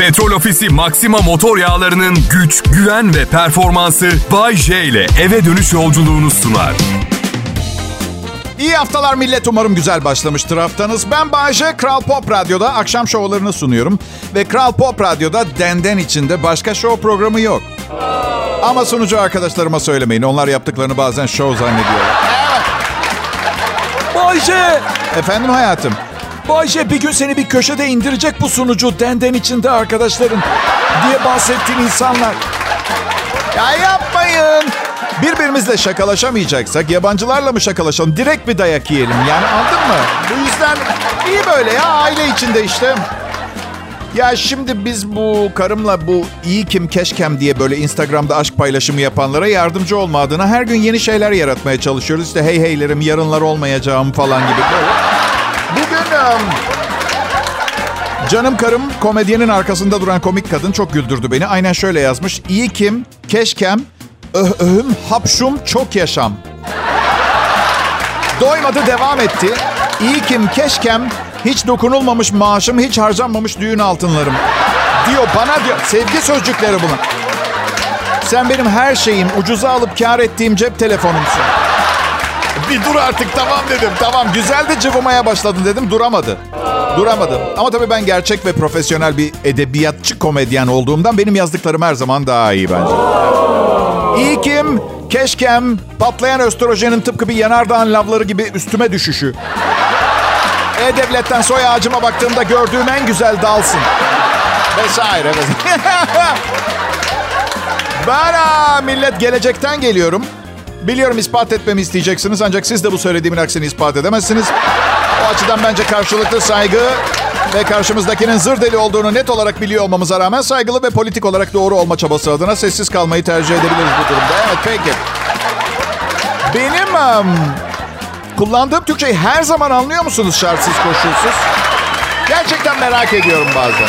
Petrol Ofisi Maxima motor yağlarının güç, güven ve performansı Bay J ile eve dönüş yolculuğunu sunar. İyi haftalar millet. Umarım güzel başlamıştır haftanız. Ben Bay J, Kral Pop Radyo'da akşam şovlarını sunuyorum. Ve Kral Pop Radyo'da denden içinde başka şov programı yok. Ama sunucu arkadaşlarıma söylemeyin. Onlar yaptıklarını bazen şov zannediyorlar. Evet. Bay J! Efendim hayatım? Bay J, bir gün seni bir köşede indirecek bu sunucu, denden içinde arkadaşların diye bahsettiğin insanlar. Ya yapmayın. Birbirimizle şakalaşamayacaksak yabancılarla mı şakalaşalım? Direkt bir dayak yiyelim yani, anladın mı? Bu yüzden iyi böyle ya, aile içinde işte. Ya şimdi biz bu karımla bu iyi kim keşkem diye böyle Instagram'da aşk paylaşımı yapanlara yardımcı olma adına her gün yeni şeyler yaratmaya çalışıyoruz. İşte hey heylerim, yarınlar olmayacağım falan gibi böyle. Bugün canım karım, komedyenin arkasında duran komik kadın, çok güldürdü beni. Aynen şöyle yazmış: İyi kim keşkem, öhüm hapşum çok yaşam. Doymadı, devam etti. İyi kim keşkem, hiç dokunulmamış maaşım, hiç harcanmamış düğün altınlarım. Diyor bana, diyor. Sevgi sözcükleri bunlar. Sen benim her şeyim, ucuza alıp kâr ettiğim cep telefonumsun. Bir dur artık, tamam dedim. Tamam, güzel de cıvımaya başladın dedim. Duramadı. Ama tabii ben gerçek ve profesyonel bir edebiyatçı komedyen olduğumdan benim yazdıklarım her zaman daha iyi bence. İyi kim keşkem, patlayan östrojenin tıpkı bir yanardağın lavları gibi üstüme düşüşü. E-Devlet'ten soy ağacıma baktığımda gördüğüm en güzel dalsın. Vesaire. Ben millet, gelecekten geliyorum. Biliyorum ispat etmemi isteyeceksiniz, ancak siz de bu söylediğimin aksini ispat edemezsiniz. O açıdan bence karşılıklı saygı ve karşımızdakinin zır deli olduğunu net olarak biliyor olmamıza rağmen saygılı ve politik olarak doğru olma çabası adına sessiz kalmayı tercih edebiliriz bu durumda. Evet, peki. Benim kullandığım Türkçeyi her zaman anlıyor musunuz şartsız koşulsuz? Gerçekten merak ediyorum bazen.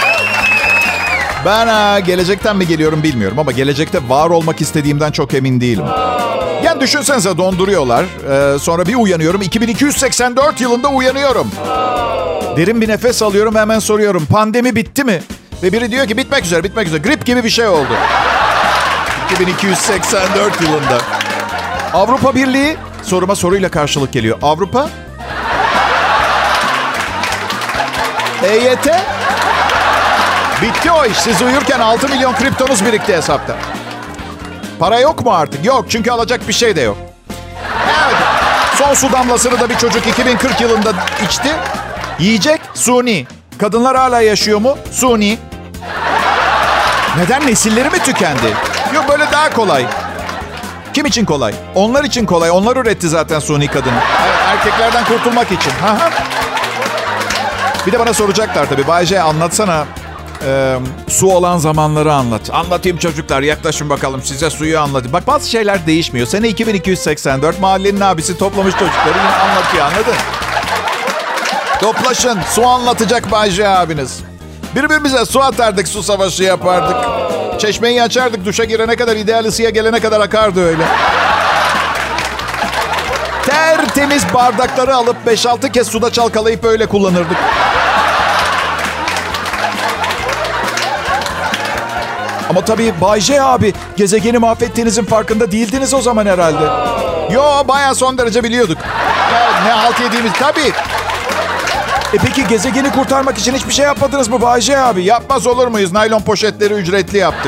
Ben gelecekten mi geliyorum bilmiyorum ama gelecekte var olmak istediğimden çok emin değilim. Yani düşünsenize, donduruyorlar. Sonra bir uyanıyorum. 2284 yılında uyanıyorum. Derin bir nefes alıyorum, hemen soruyorum: pandemi bitti mi? Ve biri diyor ki bitmek üzere. Grip gibi bir şey oldu. 2284 yılında. Avrupa Birliği, soruma soruyla karşılık geliyor. Avrupa? EYT? Bitti o iş. Siz uyurken 6 milyon kriptonuz birikti hesapta. Para yok mu artık? Yok, çünkü alacak bir şey de yok. Evet. Son su damlasını da bir çocuk 2040 yılında içti. Yiyecek? Suni. Kadınlar hala yaşıyor mu? Suni. Neden? Nesilleri mi tükendi? Yok, böyle daha kolay. Kim için kolay? Onlar için kolay. Onlar üretti zaten suni kadını. Evet, erkeklerden kurtulmak için. Bir de bana soracaklar tabii: Bay J, anlatsana. Su olan zamanları anlat. Anlatayım çocuklar, yaklaşın bakalım, size suyu anlatayım. Bak, bazı şeyler değişmiyor. Sene 2284, mahallenin abisi toplamış çocukları, yine anlatıyor, anladın? Toplaşın, su anlatacak Bay J abiniz. Birbirimize su atardık, su savaşı yapardık. Çeşmeyi açardık, duşa girene kadar, ideal ısıya gelene kadar akardı öyle. Tertemiz bardakları alıp 5-6 kez suda çalkalayıp öyle kullanırdık. Ama tabii Bay J abi, gezegeni mahvettiğinizin farkında değildiniz o zaman herhalde. Yo, bayağı son derece biliyorduk. Ya, ne halt yediğimiz tabii. Peki gezegeni kurtarmak için hiçbir şey yapmadınız mı Bay J abi? Yapmaz olur muyuz? Naylon poşetleri ücretli yaptık.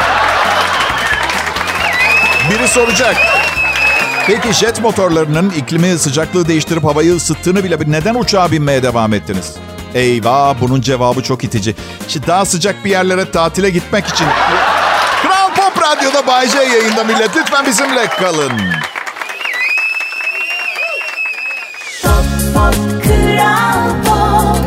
Biri soracak: peki jet motorlarının iklimi, sıcaklığı değiştirip havayı ısıttığını bile neden uçağa binmeye devam ettiniz? Eyvah, bunun cevabı çok itici. İşte daha sıcak bir yerlere tatile gitmek için. Kral Pop Radyo'da Bay J yayında millet. Lütfen bizimle kalın. Pop, pop, Kral Pop.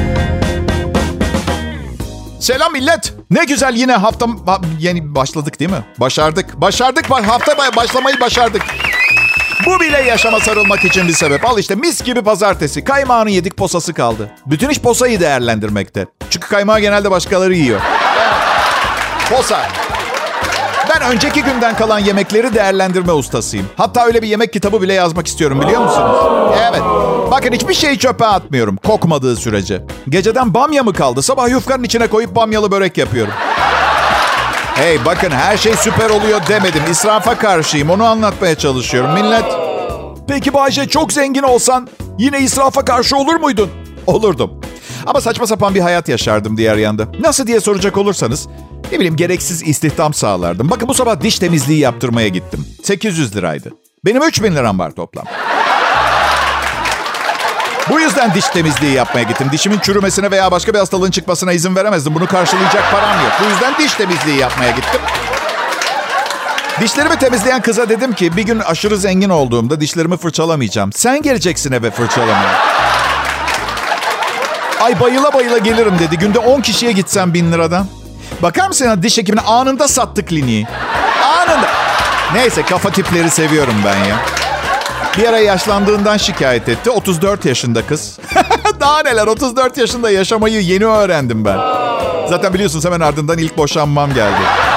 Selam millet. Ne güzel, yine yeni başladık değil mi? Başardık. Hafta başlamayı başardık. Bu bile yaşama sarılmak için bir sebep. Al işte, mis gibi pazartesi. Kaymağını yedik, posası kaldı. Bütün iş posayı değerlendirmekte. Çünkü kaymağı genelde başkaları yiyor. Posa. Ben önceki günden kalan yemekleri değerlendirme ustasıyım. Hatta öyle bir yemek kitabı bile yazmak istiyorum, biliyor musunuz? Evet. Bakın, hiçbir şeyi çöpe atmıyorum kokmadığı sürece. Geceden bamya mı kaldı? Sabah yufkanın içine koyup bamyalı börek yapıyorum. Hey bakın, her şey süper oluyor demedim. İsrafa karşıyım, onu anlatmaya çalışıyorum. Millet... Peki Bay J, çok zengin olsan yine israfa karşı olur muydun? Olurdum. Ama saçma sapan bir hayat yaşardım diğer yanda. Nasıl diye soracak olursanız, ne bileyim, gereksiz istihdam sağlardım. Bakın, bu sabah diş temizliği yaptırmaya gittim. 800 liraydı. Benim 3000 liram var toplam. Bu yüzden diş temizliği yapmaya gittim. Dişimin çürümesine veya başka bir hastalığın çıkmasına izin veremezdim. Bunu karşılayacak param yok. Bu yüzden diş temizliği yapmaya gittim. Dişlerimi temizleyen kıza dedim ki bir gün aşırı zengin olduğumda dişlerimi fırçalamayacağım. Sen geleceksin eve fırçalamaya. Ay bayıla bayıla gelirim dedi. Günde 10 kişiye gitsem 1000 liradan. Bakar mısın ya, diş hekimine anında sattı kliniği. Anında. Neyse, kafa tipleri seviyorum ben ya. Bir ara yaşlandığından şikayet etti. 34 yaşında kız. Daha neler, 34 yaşında yaşamayı yeni öğrendim ben. Zaten biliyorsunuz hemen ardından ilk boşanmam geldi.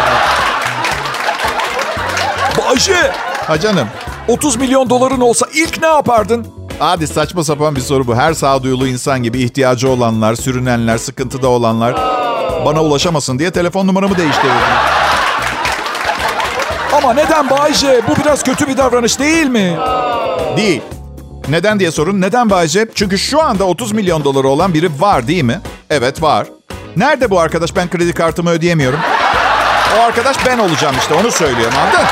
Bay J, Ha canım. 30 milyon doların olsa ilk ne yapardın? Hadi, saçma sapan bir soru bu. Her sağduyulu insan gibi ihtiyacı olanlar, sürünenler, sıkıntıda olanlar bana ulaşamasın diye telefon numaramı değiştirdim. Ama neden Bay J? Bu biraz kötü bir davranış değil mi? Değil. Neden diye sorun. Neden Bayce? Çünkü şu anda 30 milyon doları olan biri var değil mi? Evet, var. Nerede bu arkadaş? Ben kredi kartımı ödeyemiyorum. O arkadaş ben olacağım işte, onu söylüyorum, anladın?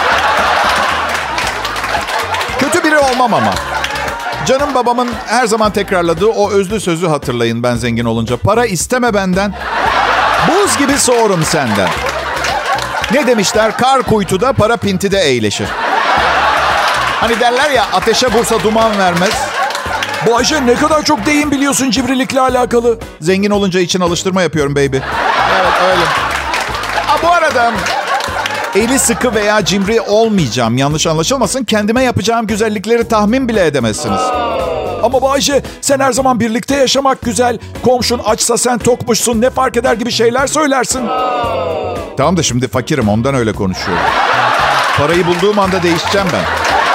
Kötü biri olmam ama. Canım babamın her zaman tekrarladığı o özlü sözü hatırlayın ben zengin olunca. Para isteme benden. Buz gibi soğurum senden. Ne demişler? Kar kuytuda, para pintide eğleşir. Hani derler ya, ateşe vursa duman vermez. Bay J, ne kadar çok deyim biliyorsun cimrilikle alakalı. Zengin olunca için alıştırma yapıyorum baby. Evet, öyle. Bu arada eli sıkı veya cimri olmayacağım. Yanlış anlaşılmasın. Kendime yapacağım güzellikleri tahmin bile edemezsiniz. Ama Bay J, sen her zaman birlikte yaşamak güzel. Komşun açsa sen tokmuşsun, ne fark eder gibi şeyler söylersin. Tamam da şimdi fakirim, ondan öyle konuşuyorum. Parayı bulduğum anda değişeceğim ben.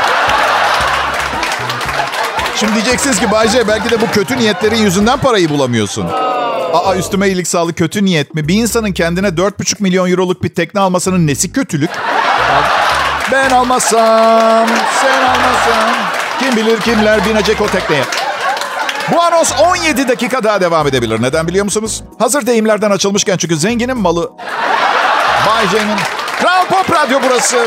Şimdi diyeceksiniz ki Bayce, belki de bu kötü niyetlerin yüzünden parayı bulamıyorsun. Üstüme iyilik sağlık, kötü niyet mi? Bir insanın kendine 4,5 milyon euroluk bir tekne almasının nesi kötülük? Ben almazsam, sen almazsan, kim bilir kimler binecek o tekneye. Bu anons 17 dakika daha devam edebilir. Neden biliyor musunuz? Hazır deyimlerden açılmışken, çünkü zenginin malı. Bay J'nin Kral Pop Radyo burası.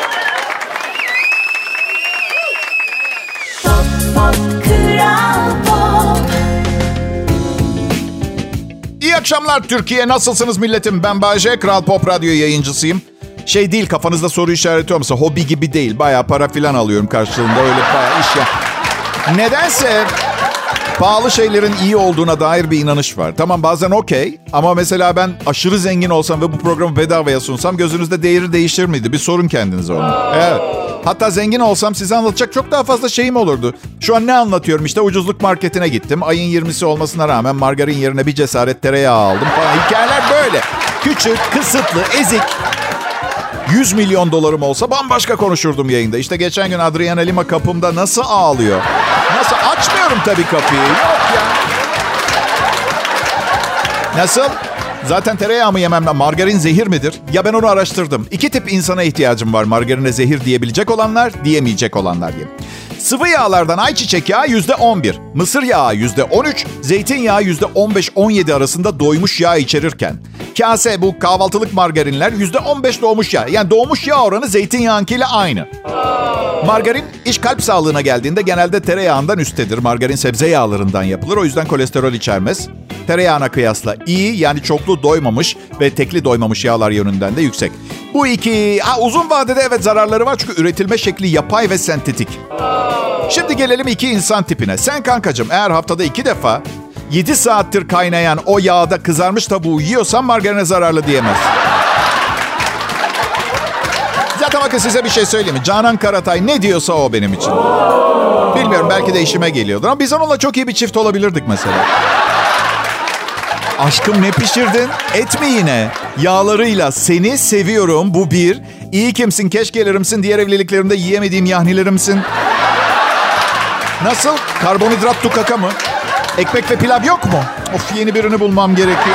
İyi akşamlar Türkiye. Nasılsınız milletim? Ben Bay J, Kral Pop Radyo yayıncısıyım. Şey değil, kafanızda soru işareti olmasa, hobi gibi değil. Bayağı para falan alıyorum karşılığında. Öyle bayağı iş ya. Nedense pahalı şeylerin iyi olduğuna dair bir inanış var. Tamam, bazen okey. Ama mesela ben aşırı zengin olsam ve bu programı bedavaya sunsam gözünüzde değeri değişir miydi? Bir sorun kendinize onu. Evet. Hatta zengin olsam size anlatacak çok daha fazla şeyim olurdu. Şu an ne anlatıyorum işte, ucuzluk marketine gittim. Ayın 20'si olmasına rağmen margarin yerine bir cesaret tereyağı aldım falan. Hikayeler böyle. Küçük, kısıtlı, ezik. 100 milyon dolarım olsa bambaşka konuşurdum yayında. İşte geçen gün Adriana Lima kapımda nasıl ağlıyor. Nasıl? Açmıyorum tabii kapıyı. Yok ya. Nasıl? Zaten tereyağı mı yemem ben? Margarin zehir midir? Ya ben onu araştırdım. 2 tip insana ihtiyacım var. Margarine zehir diyebilecek olanlar, diyemeyecek olanlar diye. Sıvı yağlardan ayçiçek yağı %11, mısır yağı %13, zeytinyağı %15-17 arasında doymuş yağ içerirken, kase bu kahvaltılık margarinler %15 doğmuş yağ. Yani doğmuş yağ oranı zeytinyağınkiyle aynı. Margarin iş kalp sağlığına geldiğinde genelde tereyağından üsttedir. Margarin sebze yağlarından yapılır, o yüzden kolesterol içermez. Tereyağına kıyasla iyi, yani çoklu doymamış ve tekli doymamış yağlar yönünden de yüksek. Bu iki uzun vadede evet zararları var, çünkü üretilme şekli yapay ve sentetik. Şimdi gelelim 2 insan tipine. Sen kankacığım, eğer haftada 2 defa 7 saattir kaynayan o yağda kızarmış tavuğu yiyorsan margarine zararlı diyemezsin. Zaten bakın size bir şey söyleyeyim mi? Canan Karatay ne diyorsa o benim için. Bilmiyorum, belki de işime geliyordur ama biz onunla çok iyi bir çift olabilirdik mesela. Aşkım ne pişirdin? Et mi yine? Yağlarıyla seni seviyorum, bu bir. İyi kimsin, keşkelerimsin, diğer evliliklerimde yiyemediğim yahnilerimsin. Nasıl? Karbonhidrat tukaka mı? Ekmek ve pilav yok mu? Of, yeni birini bulmam gerekiyor.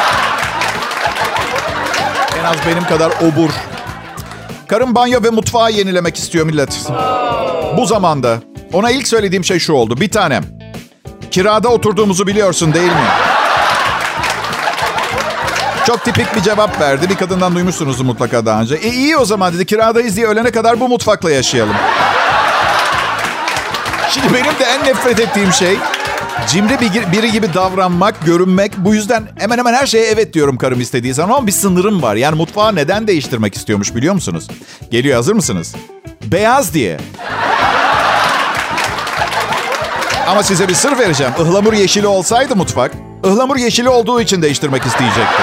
En az benim kadar obur. Karım banyo ve mutfağı yenilemek istiyor millet. Bu zamanda ona ilk söylediğim şey şu oldu. Bir tanem, kirada oturduğumuzu biliyorsun değil mi? Çok tipik bir cevap verdi. Bir kadından duymuşsunuzdur mutlaka daha önce. İyi o zaman dedi, kiradayız diye ölene kadar bu mutfakla yaşayalım. Şimdi benim de en nefret ettiğim şey cimri biri gibi davranmak, görünmek. Bu yüzden hemen hemen her şeye evet diyorum karım istediği zaman. Ama bir sınırım var. Yani mutfağı neden değiştirmek istiyormuş biliyor musunuz? Geliyor, hazır mısınız? Beyaz diye. Ama size bir sır vereceğim. Ihlamur yeşili olsaydı mutfak, ıhlamur yeşili olduğu için değiştirmek isteyecekti.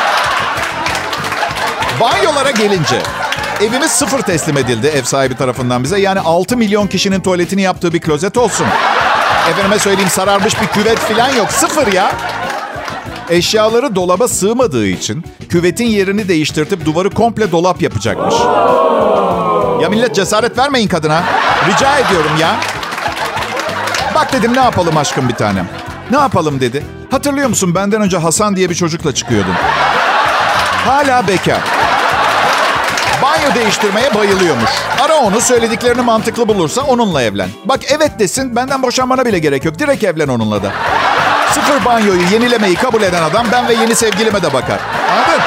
Banyolara gelince, evimiz sıfır teslim edildi ev sahibi tarafından bize. Yani 6 milyon kişinin tuvaletini yaptığı bir klozet olsun. Efendime söyleyeyim, sararmış bir küvet falan yok. Sıfır ya. Eşyaları dolaba sığmadığı için küvetin yerini değiştirtip duvarı komple dolap yapacakmış. Ya millet, cesaret vermeyin kadına. Rica ediyorum ya. Bak dedim, ne yapalım aşkım bir tanem? Ne yapalım dedi. Hatırlıyor musun, benden önce Hasan diye bir çocukla çıkıyordun. Hala bekar. Banyo değiştirmeye bayılıyormuş. Ara onu, söylediklerini mantıklı bulursa onunla evlen. Bak evet desin, benden boşanmana bile gerek yok. Direkt evlen onunla da. Sıfır banyoyu yenilemeyi kabul eden adam ben ve yeni sevgilime de bakar. Anladın?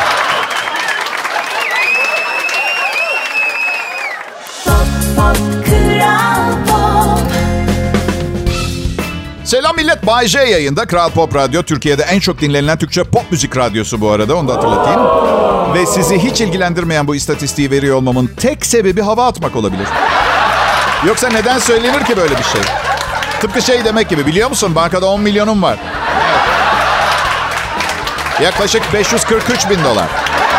Selam millet, Bay J yayında. Kral Pop Radyo, Türkiye'de en çok dinlenilen Türkçe pop müzik radyosu bu arada, onu da hatırlatayım. Ve sizi hiç ilgilendirmeyen bu istatistiği veriyor olmamın tek sebebi hava atmak olabilir. Yoksa neden söylenir ki böyle bir şey? Tıpkı şey demek gibi, biliyor musun bankada 10 milyonum var. Yaklaşık 543 bin dolar.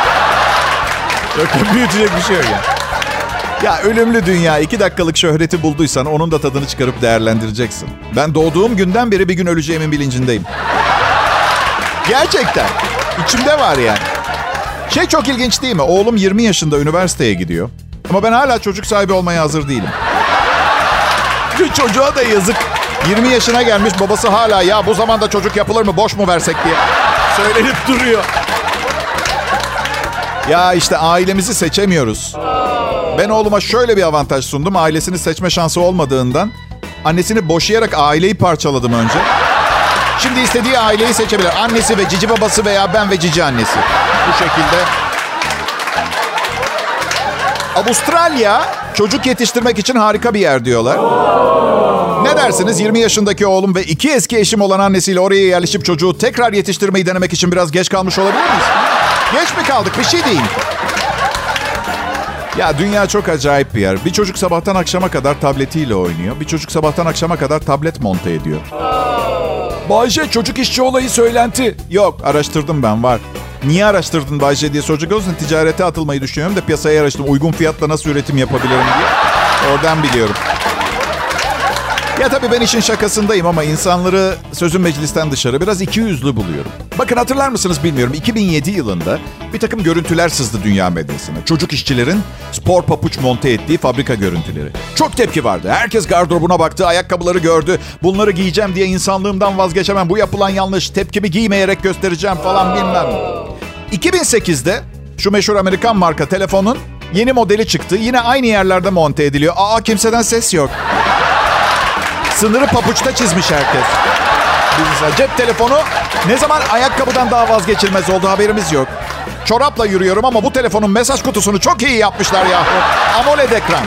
Çok büyütecek bir şey yok ya. Ya ölümlü dünya, 2 dakikalık şöhreti bulduysan onun da tadını çıkarıp değerlendireceksin. Ben doğduğum günden beri bir gün öleceğimin bilincindeyim. Gerçekten. İçimde var yani. Şey çok ilginç değil mi? Oğlum 20 yaşında üniversiteye gidiyor. Ama ben hala çocuk sahibi olmaya hazır değilim. Çocuğa da yazık. 20 yaşına gelmiş, babası hala ya bu zamanda çocuk yapılır mı, boş mu versek diye söylenip duruyor. Ya işte ailemizi seçemiyoruz. Ben oğluma şöyle bir avantaj sundum. Ailesini seçme şansı olmadığından annesini boşayarak aileyi parçaladım önce. Şimdi istediği aileyi seçebilir. Annesi ve cici babası veya ben ve cici annesi. Bu şekilde. Avustralya çocuk yetiştirmek için harika bir yer diyorlar. Ne dersiniz? 20 yaşındaki oğlum ve 2 eski eşim olan annesiyle oraya yerleşip çocuğu tekrar yetiştirmeyi denemek için biraz geç kalmış olabilir miyiz? Geç mi kaldık? Bir şey deyin. Ya dünya çok acayip bir yer. Bir çocuk sabahtan akşama kadar tabletiyle oynuyor. Bir çocuk sabahtan akşama kadar tablet monte ediyor. Bayce, çocuk işçi olayı söylenti. Yok, araştırdım ben, var. Niye araştırdın Bayce diye soracak olursan, ticarete atılmayı düşünüyorum da piyasaya araştırdım. Uygun fiyatla nasıl üretim yapabilirim diye. Oradan biliyorum. Ya tabii ben işin şakasındayım ama insanları sözün meclisten dışarı biraz ikiyüzlü buluyorum. Bakın, hatırlar mısınız bilmiyorum. 2007 yılında bir takım görüntüler sızdı dünya medyasına. Çocuk işçilerin spor papuç monte ettiği fabrika görüntüleri. Çok tepki vardı. Herkes gardırobuna baktı, ayakkabıları gördü. Bunları giyeceğim diye insanlığımdan vazgeçemem. Bu yapılan yanlış. Tepkimi giymeyerek göstereceğim falan bilmem. 2008'de şu meşhur Amerikan marka telefonun yeni modeli çıktı. Yine aynı yerlerde monte ediliyor. Kimseden ses yok. Sınırı papuçta çizmiş herkes. Cep telefonu ne zaman ayakkabıdan daha vazgeçilmez oldu, haberimiz yok. Çorapla yürüyorum ama bu telefonun mesaj kutusunu çok iyi yapmışlar ya. AMOLED ekran.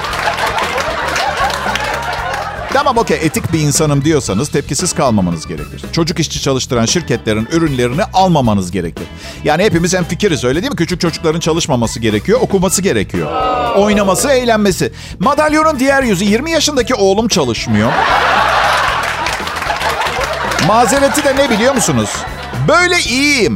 Tamam, okey, etik bir insanım diyorsanız tepkisiz kalmamanız gerekir. Çocuk işçi çalıştıran şirketlerin ürünlerini almamanız gerekir. Yani hepimiz hemfikiriz, öyle değil mi? Küçük çocukların çalışmaması gerekiyor, okuması gerekiyor. Oynaması, eğlenmesi. Madalyonun diğer yüzü, 20 yaşındaki oğlum çalışmıyor. Mazereti de ne biliyor musunuz? Böyle iyiyim.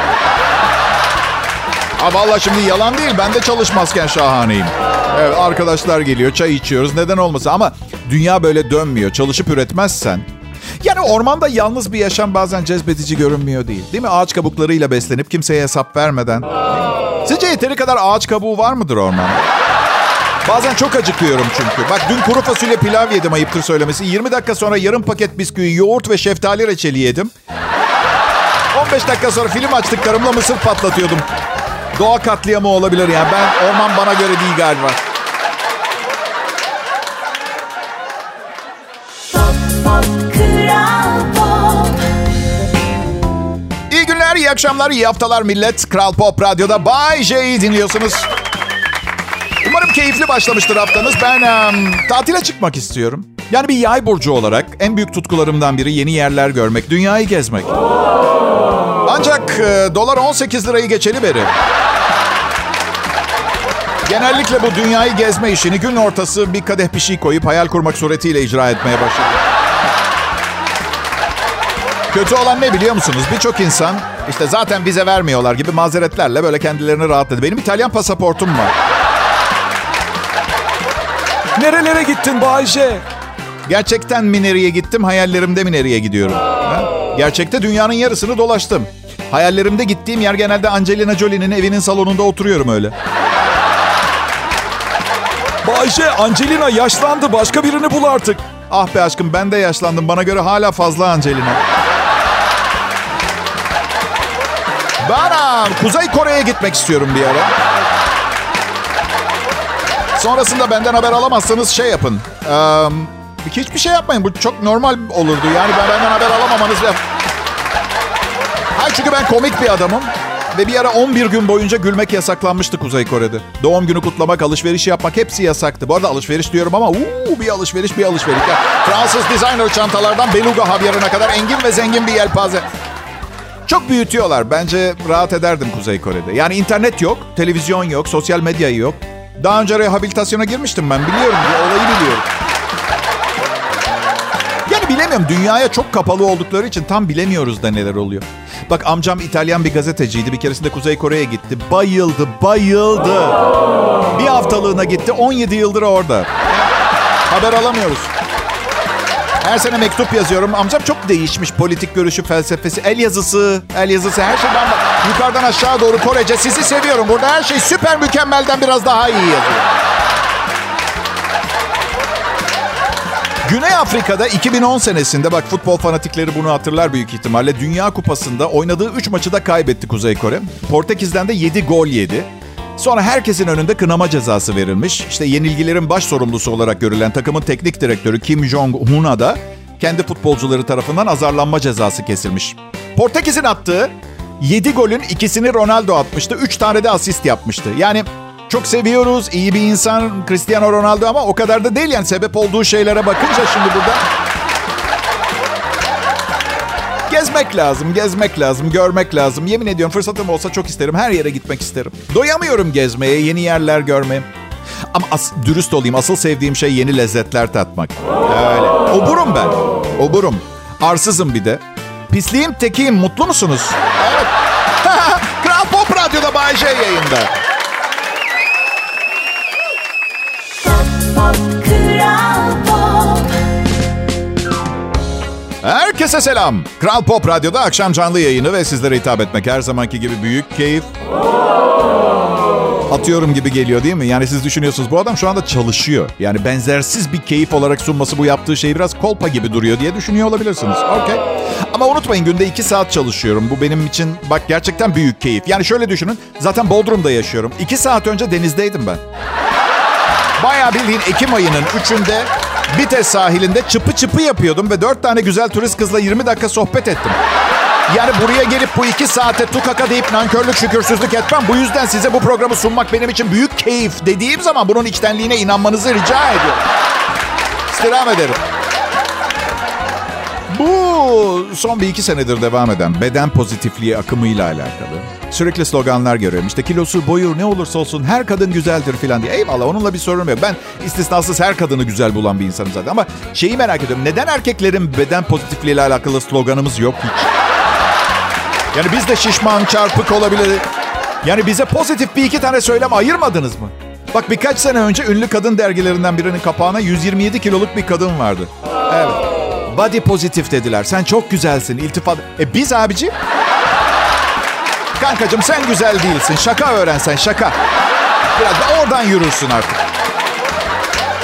Vallahi şimdi yalan değil, ben de çalışmazken şahaneyim. Evet, arkadaşlar geliyor, çay içiyoruz, neden olmasın, ama dünya böyle dönmüyor. Çalışıp üretmezsen. Yani ormanda yalnız bir yaşam bazen cezbedici görünmüyor değil mi? Ağaç kabuklarıyla beslenip kimseye hesap vermeden. Sizce yeteri kadar ağaç kabuğu var mıdır ormanda? Bazen çok acıkıyorum çünkü. Bak dün kuru fasulye pilav yedim, ayıptır söylemesi. 20 dakika sonra yarım paket bisküvi, yoğurt ve şeftali reçeli yedim. 15 dakika sonra film açtık, karımla mısır patlatıyordum. Doğa katliamı olabilir yani. Orman bana göre değil galiba. İyi günler, iyi akşamlar, iyi haftalar millet. Kral Pop Radyo'da Bay J'yi dinliyorsunuz. Umarım keyifli başlamıştır haftanız. Ben tatile çıkmak istiyorum. Yani bir yay burcu olarak en büyük tutkularımdan biri yeni yerler görmek, dünyayı gezmek. Ancak dolar 18 lirayı geçeli beri. Genellikle bu dünyayı gezme işini gün ortası bir kadeh bir şey koyup hayal kurmak suretiyle icra etmeye başladım. Kötü olan ne biliyor musunuz? Birçok insan işte zaten vize vermiyorlar gibi mazeretlerle böyle kendilerini rahatladı. Benim İtalyan pasaportum var. Nerelere gittin Bay J? Gerçekten mi nereye gittim? Hayallerimde mi nereye gidiyorum? Ha? Gerçekte dünyanın yarısını dolaştım. Hayallerimde gittiğim yer genelde Angelina Jolie'nin evinin salonunda oturuyorum öyle. Bay J, Angelina yaşlandı. Başka birini bul artık. Ah be aşkım, ben de yaşlandım. Bana göre hala fazla Angelina. Ben Kuzey Kore'ye gitmek istiyorum bir ara. Sonrasında benden haber alamazsanız şey yapın. Hiçbir şey yapmayın. Bu çok normal olurdu. Yani benden haber alamamanız... Hayır, çünkü ben komik bir adamım. Ve bir ara 11 gün boyunca gülmek yasaklanmıştı Kuzey Kore'de. Doğum günü kutlamak, alışveriş yapmak hepsi yasaktı. Bu arada alışveriş diyorum ama bir alışveriş. Yani Fransız designer çantalardan beluga havyarına kadar engin ve zengin bir yelpaze. Çok büyütüyorlar. Bence rahat ederdim Kuzey Kore'de. Yani internet yok, televizyon yok, sosyal medya yok. Daha önce rehabilitasyona girmiştim ben. Biliyorum, bu olayı biliyorum. Yani bilemiyorum. Dünyaya çok kapalı oldukları için tam bilemiyoruz da neler oluyor. Bak amcam İtalyan bir gazeteciydi. Bir keresinde Kuzey Kore'ye gitti. Bayıldı. Bir haftalığına gitti. 17 yıldır orada. Haber alamıyoruz. Her sene mektup yazıyorum. Amcam çok değişmiş. Politik görüşü, felsefesi, el yazısı her şeyden yukarıdan aşağı doğru Korece. Sizi seviyorum. Burada her şey süper mükemmelden biraz daha iyi yazıyor. Güney Afrika'da 2010 senesinde, bak futbol fanatikleri bunu hatırlar büyük ihtimalle, Dünya Kupası'nda oynadığı 3 maçı da kaybetti Kuzey Kore. Portekiz'den de 7 gol yedi. Sonra herkesin önünde kınama cezası verilmiş. İşte yenilgilerin baş sorumlusu olarak görülen takımın teknik direktörü Kim Jong-un'a da kendi futbolcuları tarafından azarlanma cezası kesilmiş. Portekiz'in attığı 7 golün 2'sini Ronaldo atmıştı. 3 tane de asist yapmıştı. Yani çok seviyoruz, iyi bir insan Cristiano Ronaldo ama o kadar da değil yani, sebep olduğu şeylere bakınca şimdi burada. Gezmek lazım, görmek lazım. Yemin ediyorum fırsatım olsa çok isterim, her yere gitmek isterim. Doyamıyorum gezmeye, yeni yerler görmeye. Ama dürüst olayım, asıl sevdiğim şey yeni lezzetler tatmak. Öyle. Oburum ben, oburum. Arsızım bir de. Pisliğim tekiyim, mutlu musunuz? Evet. Kral Pop Radyo'da Bay J yayında. Herkese selam. Kral Pop Radyo'da akşam canlı yayını ve sizlere hitap etmek her zamanki gibi büyük keyif. Atıyorum gibi geliyor değil mi? Yani siz düşünüyorsunuz bu adam şu anda çalışıyor. Yani benzersiz bir keyif olarak sunması bu yaptığı şey biraz kolpa gibi duruyor diye düşünüyor olabilirsiniz. Okey. Ama unutmayın, günde 2 saat çalışıyorum. Bu benim için bak gerçekten büyük keyif. Yani şöyle düşünün. Zaten Bodrum'da yaşıyorum. 2 saat önce denizdeydim ben. Bayağı bildiğin Ekim ayının 3'ünde Bites sahilinde çıpı çıpı yapıyordum ve 4 tane güzel turist kızla 20 dakika sohbet ettim. Yani buraya gelip bu 2 saate tukaka deyip nankörlük şükürsüzlük etmem. Bu yüzden size bu programı sunmak benim için büyük keyif dediğim zaman bunun içtenliğine inanmanızı rica ediyorum. İstirham ederim. Bu son 1-2 senedir devam eden beden pozitifliği akımıyla alakalı. Sürekli sloganlar görüyorum. İşte kilosu, boyu ne olursa olsun her kadın güzeldir falan diye. Eyvallah, onunla bir sorun yok. Ben istisnasız her kadını güzel bulan bir insanım zaten. Ama şeyi merak ediyorum. Neden erkeklerin beden pozitifliği ile alakalı sloganımız yok hiç? Yani biz de şişman, çarpık olabilir. Yani bize pozitif 1-2 tane söylem ayırmadınız mı? Bak birkaç sene önce ünlü kadın dergilerinden birinin kapağına 127 kiloluk bir kadın vardı. Evet. Body pozitif dediler. Sen çok güzelsin. İltifat. Biz abiciğim. Kankacığım sen güzel değilsin. Şaka öğrensen şaka. Biraz da oradan yürürsün artık.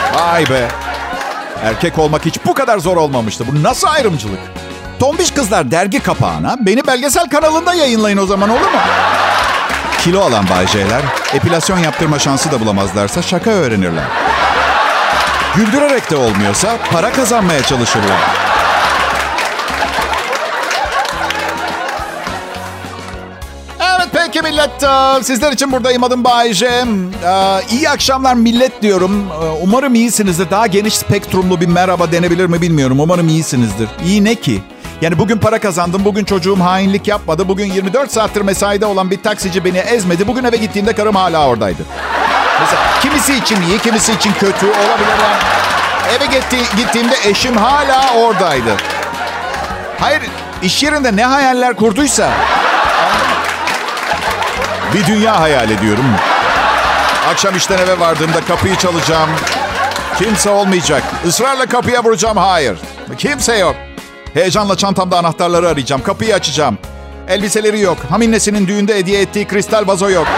Vay be. Erkek olmak hiç bu kadar zor olmamıştı. Bu nasıl ayrımcılık? Tombiş kızlar dergi kapağına, beni belgesel kanalında yayınlayın o zaman, olur mu? Kilo alan Bay J'ler epilasyon yaptırma şansı da bulamazlarsa şaka öğrenirler. Güldürerek de olmuyorsa para kazanmaya çalışırlar. Evet peki millet, sizler için buradayım, adım Bay J. İyi akşamlar millet diyorum. Umarım iyisinizdir. Daha geniş spektrumlu bir merhaba denebilir mi bilmiyorum. Umarım iyisinizdir. İyi ne ki? Yani bugün para kazandım, bugün çocuğum hainlik yapmadı, bugün 24 saattir mesaide olan bir taksici beni ezmedi, bugün eve gittiğimde karım hala oradaydı. Mesela kimisi için iyi, kimisi için kötü olabilir. Yani eve gittiğimde eşim hala oradaydı. Hayır, iş yerinde ne hayaller kurduysa... Bir dünya hayal ediyorum. Akşam işten eve vardığımda kapıyı çalacağım. Kimse olmayacak. Israrla kapıya vuracağım. Hayır. Kimse yok. Heyecanla çantamda anahtarları arayacağım. Kapıyı açacağım. Elbiseleri yok. Haminnesinin düğünde hediye ettiği kristal vazo yok.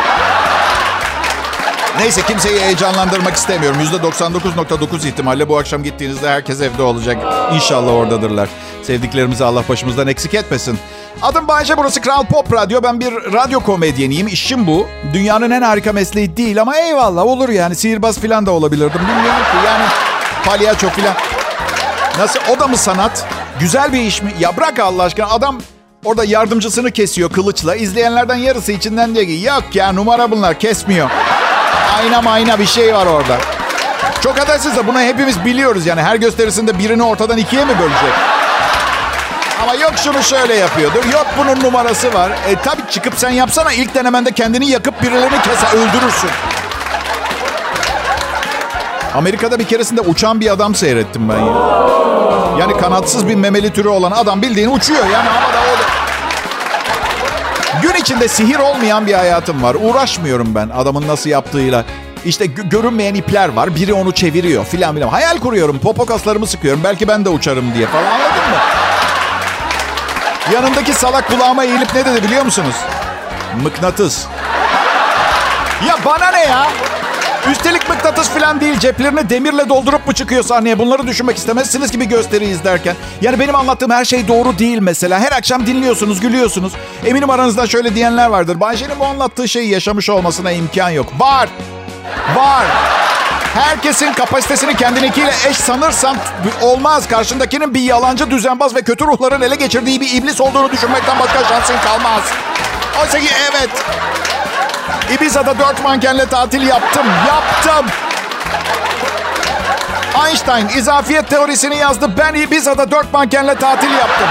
Neyse, kimseyi heyecanlandırmak istemiyorum. %99.9 ihtimalle bu akşam gittiğinizde herkes evde olacak. İnşallah oradadırlar. Sevdiklerimizi Allah başımızdan eksik etmesin. Adım Bayce, burası Kral Pop Radyo. Ben bir radyo komedyeniyim. İşim bu. Dünyanın en harika mesleği değil ama eyvallah, olur yani. Sihirbaz falan da olabilirdim. Bilmiyorum ki yani, palyaço falan. Nasıl, o da mı sanat? Güzel bir iş mi? Ya bırak Allah aşkına, adam orada yardımcısını kesiyor kılıçla. İzleyenlerden yarısı içinden diyor ki yok ya, numara bunlar, kesmiyor. Ayna bir şey var orada. Çok hatasız da bunu hepimiz biliyoruz yani. Her gösterisinde birini ortadan ikiye mi bölecek? Ama yok şunu şöyle yapıyordur. Yok bunun numarası var. Tabii çıkıp sen yapsana. İlk denemende kendini yakıp birilerini öldürürsün. Amerika'da bir keresinde uçan bir adam seyrettim ben ya. Yani kanatsız bir memeli türü olan adam bildiğin uçuyor. Yani havada o da. Gün içinde sihir olmayan bir hayatım var. Uğraşmıyorum ben adamın nasıl yaptığıyla. İşte görünmeyen ipler var. Biri onu çeviriyor filan filan. Hayal kuruyorum. Popo kaslarımı sıkıyorum. Belki ben de uçarım diye falan, anladın mı? Yanındaki salak kulağıma eğilip ne dedi biliyor musunuz? Mıknatıs. Ya bana ne ya? Üstelik mıknatıs falan değil. Ceplerini demirle doldurup mu çıkıyor sahneye? Bunları düşünmek istemezsiniz ki bir gösteri izlerken. Yani benim anlattığım her şey doğru değil mesela. Her akşam dinliyorsunuz, gülüyorsunuz. Eminim aranızda şöyle diyenler vardır. Bayşe'nin bu anlattığı şeyi yaşamış olmasına imkan yok. Var. Herkesin kapasitesini kendininkiyle eş sanırsan olmaz. Karşındakinin bir yalancı, düzenbaz ve kötü ruhların ele geçirdiği bir iblis olduğunu düşünmekten başka şansın kalmaz. Oysa ki evet. Ibiza'da 4 mankenle tatil yaptım. Einstein izafiyet teorisini yazdı. Ben Ibiza'da 4 mankenle tatil yaptım.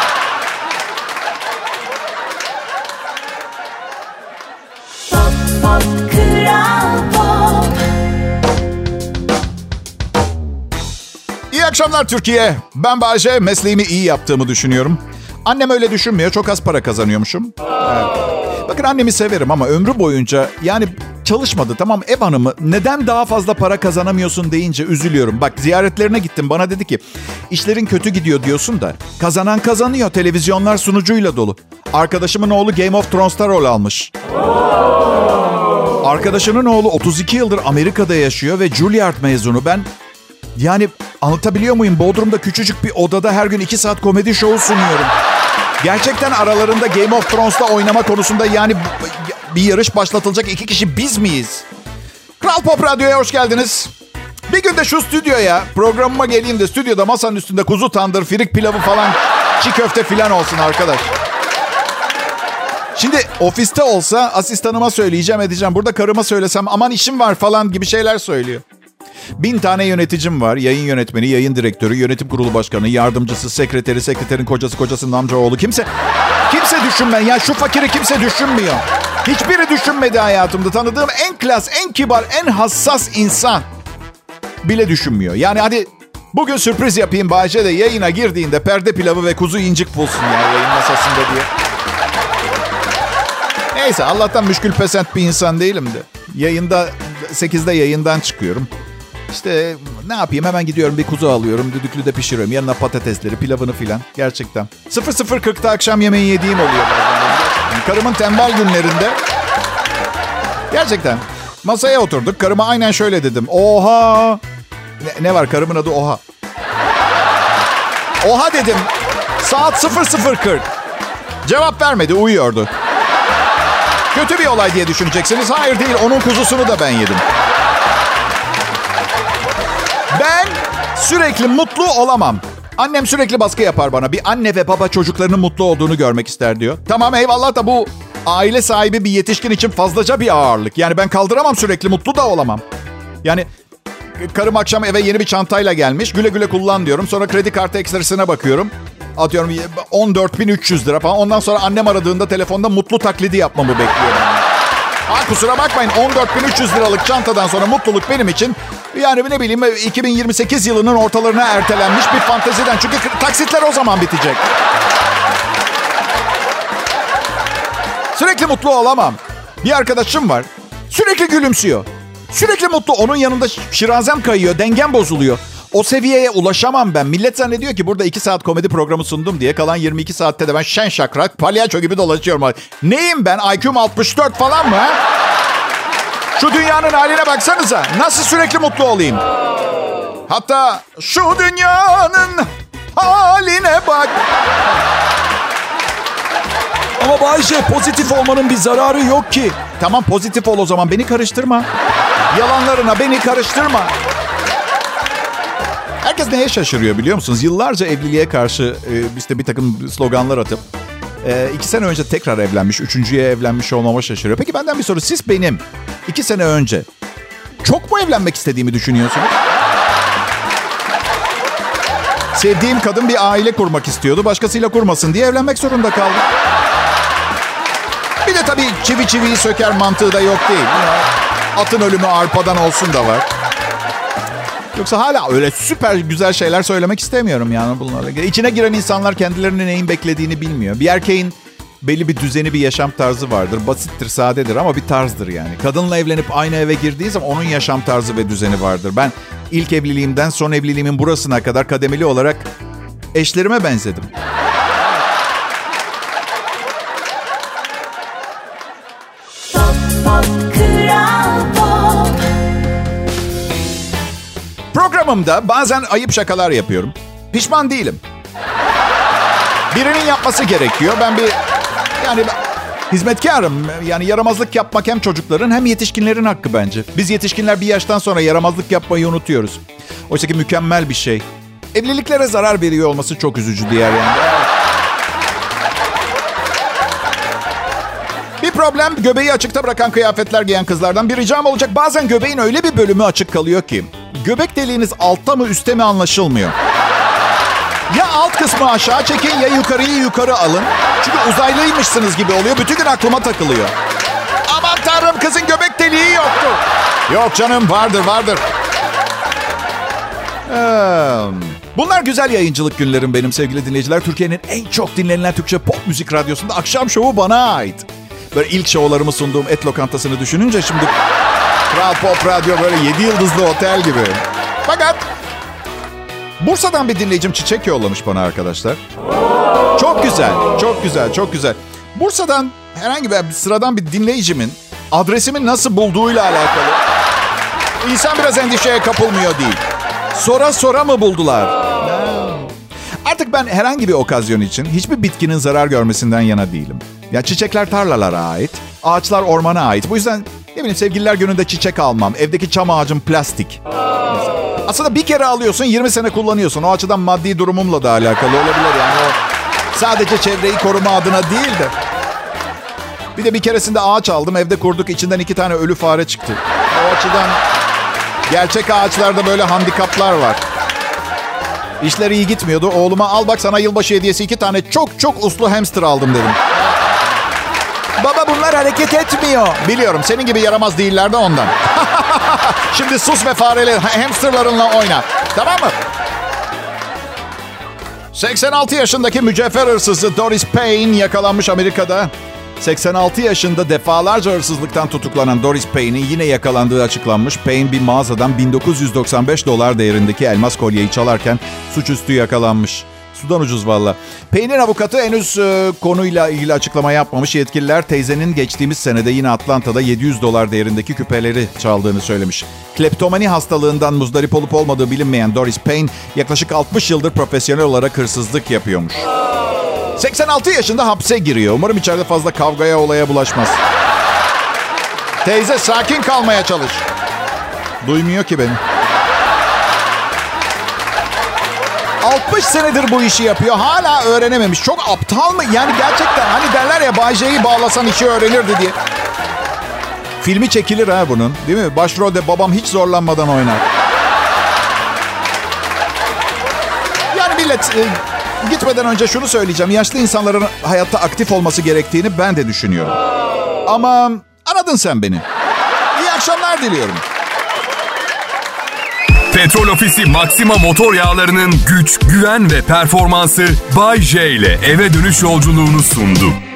İyi akşamlar Türkiye. Ben Bayce. Mesleğimi iyi yaptığımı düşünüyorum. Annem öyle düşünmüyor. Çok az para kazanıyormuşum. Bakın annemi severim ama ömrü boyunca yani çalışmadı, tamam, ev hanımı, neden daha fazla para kazanamıyorsun deyince üzülüyorum. Bak ziyaretlerine gittim, bana dedi ki işlerin kötü gidiyor diyorsun da kazanan kazanıyor, televizyonlar sunucuyla dolu. Arkadaşımın oğlu Game of Thrones'ta rol almış. Arkadaşının oğlu 32 yıldır Amerika'da yaşıyor ve Juilliard mezunu. Ben yani anlatabiliyor muyum? Bodrum'da küçücük bir odada her gün 2 saat komedi şovu sunuyorum. Gerçekten aralarında Game of Thrones'ta oynama konusunda yani bir yarış başlatılacak 2 kişi biz miyiz? Kral Pop Radyo'ya hoş geldiniz. Bir gün de şu stüdyoya, programıma geleyim de stüdyoda masanın üstünde kuzu tandır, firik pilavı falan, çiğ köfte falan olsun arkadaş. Şimdi ofiste olsa asistanıma söyleyeceğim, edeceğim. Burada karıma söylesem aman işim var falan gibi şeyler söylüyor. 1000 tane yöneticim var. Yayın yönetmeni, yayın direktörü, yönetim kurulu başkanı, yardımcısı, sekreteri, sekreterin kocası, kocasının amcaoğlu. Kimse düşünmüyor. Ya şu fakiri kimse düşünmüyor. Hiçbiri düşünmedi hayatımda. Tanıdığım en klas, en kibar, en hassas insan bile düşünmüyor. Yani hadi bugün sürpriz yapayım, Bayce de yayına girdiğinde perde pilavı ve kuzu incik bulsun ya yayın masasında diye. Neyse, Allah'tan müşkül pesent bir insan değilim de. Yayında 8'de yayından çıkıyorum. İşte ne yapayım, hemen gidiyorum bir kuzu alıyorum, düdüklüde pişiriyorum. Yanına patatesleri, pilavını filan. Gerçekten. 00.40'da akşam yemeği yediğim oluyor bazen. Karımın tembel günlerinde. Gerçekten. Masaya oturduk. Karıma aynen şöyle dedim. Oha! Ne var, karımın adı Oha. Oha dedim. Saat 00:40. Cevap vermedi, uyuyordu. Kötü bir olay diye düşüneceksiniz. Hayır değil, onun kuzusunu da ben yedim. Ben sürekli mutlu olamam. Annem sürekli baskı yapar bana. Bir anne ve baba çocuklarının mutlu olduğunu görmek ister diyor. Tamam eyvallah da bu aile sahibi bir yetişkin için fazlaca bir ağırlık. Yani ben kaldıramam, sürekli mutlu da olamam. Yani karım akşam eve yeni bir çantayla gelmiş. Güle güle kullan diyorum. Sonra kredi kartı ekstresine bakıyorum. Atıyorum 14.300 lira falan. Ondan sonra annem aradığında telefonda mutlu taklidi yapmamı bekliyorum. Kusura bakmayın, 14.300 liralık çantadan sonra mutluluk benim için yani ne bileyim 2028 yılının ortalarına ertelenmiş bir fanteziden. Çünkü taksitler o zaman bitecek. Sürekli mutlu olamam. Bir arkadaşım var. Sürekli gülümsüyor. Sürekli mutlu. Onun yanında şirazem kayıyor. Dengem bozuluyor. O seviyeye ulaşamam ben. Millet zannediyor ki burada 2 saat komedi programı sundum diye kalan 22 saatte de ben şen şakrak palyaço gibi dolaşıyorum. Neyim ben? IQ'm 64 falan mı? Ha? Şu dünyanın haline baksanıza. Nasıl sürekli mutlu olayım? Hatta şu dünyanın haline bak. Ama Bayce, pozitif olmanın bir zararı yok ki. Tamam, pozitif ol o zaman. Beni karıştırma. Yalanlarına beni karıştırma. Herkes neye şaşırıyor biliyor musunuz? Yıllarca evliliğe karşı işte bir takım sloganlar atıp 2 sene önce tekrar evlenmiş, 3.'ye evlenmiş olmama şaşırıyor. Peki benden bir soru. Siz benim 2 sene önce çok mu evlenmek istediğimi düşünüyorsunuz? Sevdiğim kadın bir aile kurmak istiyordu. Başkasıyla kurmasın diye evlenmek zorunda kaldım. Bir de tabii çivi çiviyi söker mantığı da yok değil. Atın ölümü arpadan olsun da var. Yoksa hala öyle süper güzel şeyler söylemek istemiyorum yani bunlarla. İçine giren insanlar kendilerine neyin beklediğini bilmiyor. Bir erkeğin belli bir düzeni, bir yaşam tarzı vardır. Basittir, sadedir ama bir tarzdır yani. Kadınla evlenip aynı eve girdiği zaman onun yaşam tarzı ve düzeni vardır. Ben ilk evliliğimden son evliliğimin burasına kadar kademeli olarak eşlerime benzedim. Programımda bazen ayıp şakalar yapıyorum. Pişman değilim. Birinin yapması gerekiyor. Ben hizmetkarım. Yani yaramazlık yapmak hem çocukların hem yetişkinlerin hakkı bence. Biz yetişkinler bir yaştan sonra yaramazlık yapmayı unutuyoruz. Oysa ki mükemmel bir şey. Evliliklere zarar veriyor olması çok üzücü diğer yanda. Bir problem, göbeği açıkta bırakan kıyafetler giyen kızlardan bir ricam olacak. Bazen göbeğin öyle bir bölümü açık kalıyor ki göbek deliğiniz altta mı üstte mi anlaşılmıyor. Ya alt kısmı aşağı çekin ya yukarıyı yukarı alın. Çünkü uzaylıymışsınız gibi oluyor. Bütün gün aklıma takılıyor. Aman tanrım, kızın göbek deliği yoktu. Yok canım, vardır. Bunlar güzel yayıncılık günlerim benim sevgili dinleyiciler. Türkiye'nin en çok dinlenilen Türkçe pop müzik radyosunda akşam şovu bana ait. Böyle ilk şovlarımı sunduğum et lokantasını düşününce şimdi Kral Pop Radyo böyle 7 yıldızlı otel gibi. Fakat Bursa'dan bir dinleyicim çiçek yollamış bana arkadaşlar. Çok güzel. Bursa'dan herhangi bir sıradan bir dinleyicimin adresimi nasıl bulduğuyla alakalı. İnsan biraz endişeye kapılmıyor değil. Sonra mı buldular? Artık ben herhangi bir okazyon için hiçbir bitkinin zarar görmesinden yana değilim. Ya çiçekler tarlalara ait, ağaçlar ormana ait. Bu yüzden ne bileyim sevgililer gününde çiçek almam. Evdeki çam ağacım plastik. Aslında bir kere alıyorsun, 20 sene kullanıyorsun. O açıdan maddi durumumla da alakalı olabilir yani. O sadece çevreyi koruma adına değil de. Bir de bir keresinde ağaç aldım, evde kurduk. İçinden 2 tane ölü fare çıktı. O açıdan gerçek ağaçlarda böyle handikaplar var. İşler iyi gitmiyordu. Oğluma al bak sana yılbaşı hediyesi 2 tane çok uslu hamster aldım dedim. Baba bunlar hareket etmiyor. Biliyorum senin gibi yaramaz değiller de ondan. Şimdi sus ve fareli hamsterlarınla oyna. Tamam mı? 86 yaşındaki mücevher hırsızı Doris Payne yakalanmış Amerika'da. 86 yaşında defalarca hırsızlıktan tutuklanan Doris Payne'in yine yakalandığı açıklanmış. Payne bir mağazadan $1995 değerindeki elmas kolyeyi çalarken suçüstü yakalanmış. Sudan ucuz valla. Peynir avukatı henüz konuyla ilgili açıklama yapmamış. Yetkililer teyzenin geçtiğimiz senede yine Atlanta'da $700 değerindeki küpeleri çaldığını söylemiş. Kleptomani hastalığından muzdarip olup olmadığı bilinmeyen Doris Payne yaklaşık 60 yıldır profesyonel olarak hırsızlık yapıyormuş. 86 yaşında hapse giriyor. Umarım içeride fazla kavgaya, olaya bulaşmaz. Teyze sakin kalmaya çalış. Duymuyor ki beni. 60 senedir bu işi yapıyor. Hala öğrenememiş. Çok aptal mı? Yani gerçekten hani derler ya Bay J'yi bağlasan işi öğrenirdi diye. Filmi çekilir ha bunun. Değil mi? Başrolde babam hiç zorlanmadan oynar. Yani millet gitmeden önce şunu söyleyeceğim. Yaşlı insanların hayatta aktif olması gerektiğini ben de düşünüyorum. Ama anladın sen beni. İyi akşamlar diliyorum. Petrol Ofisi Maxima motor yağlarının güç, güven ve performansı Bay J ile eve dönüş yolculuğunu sundu.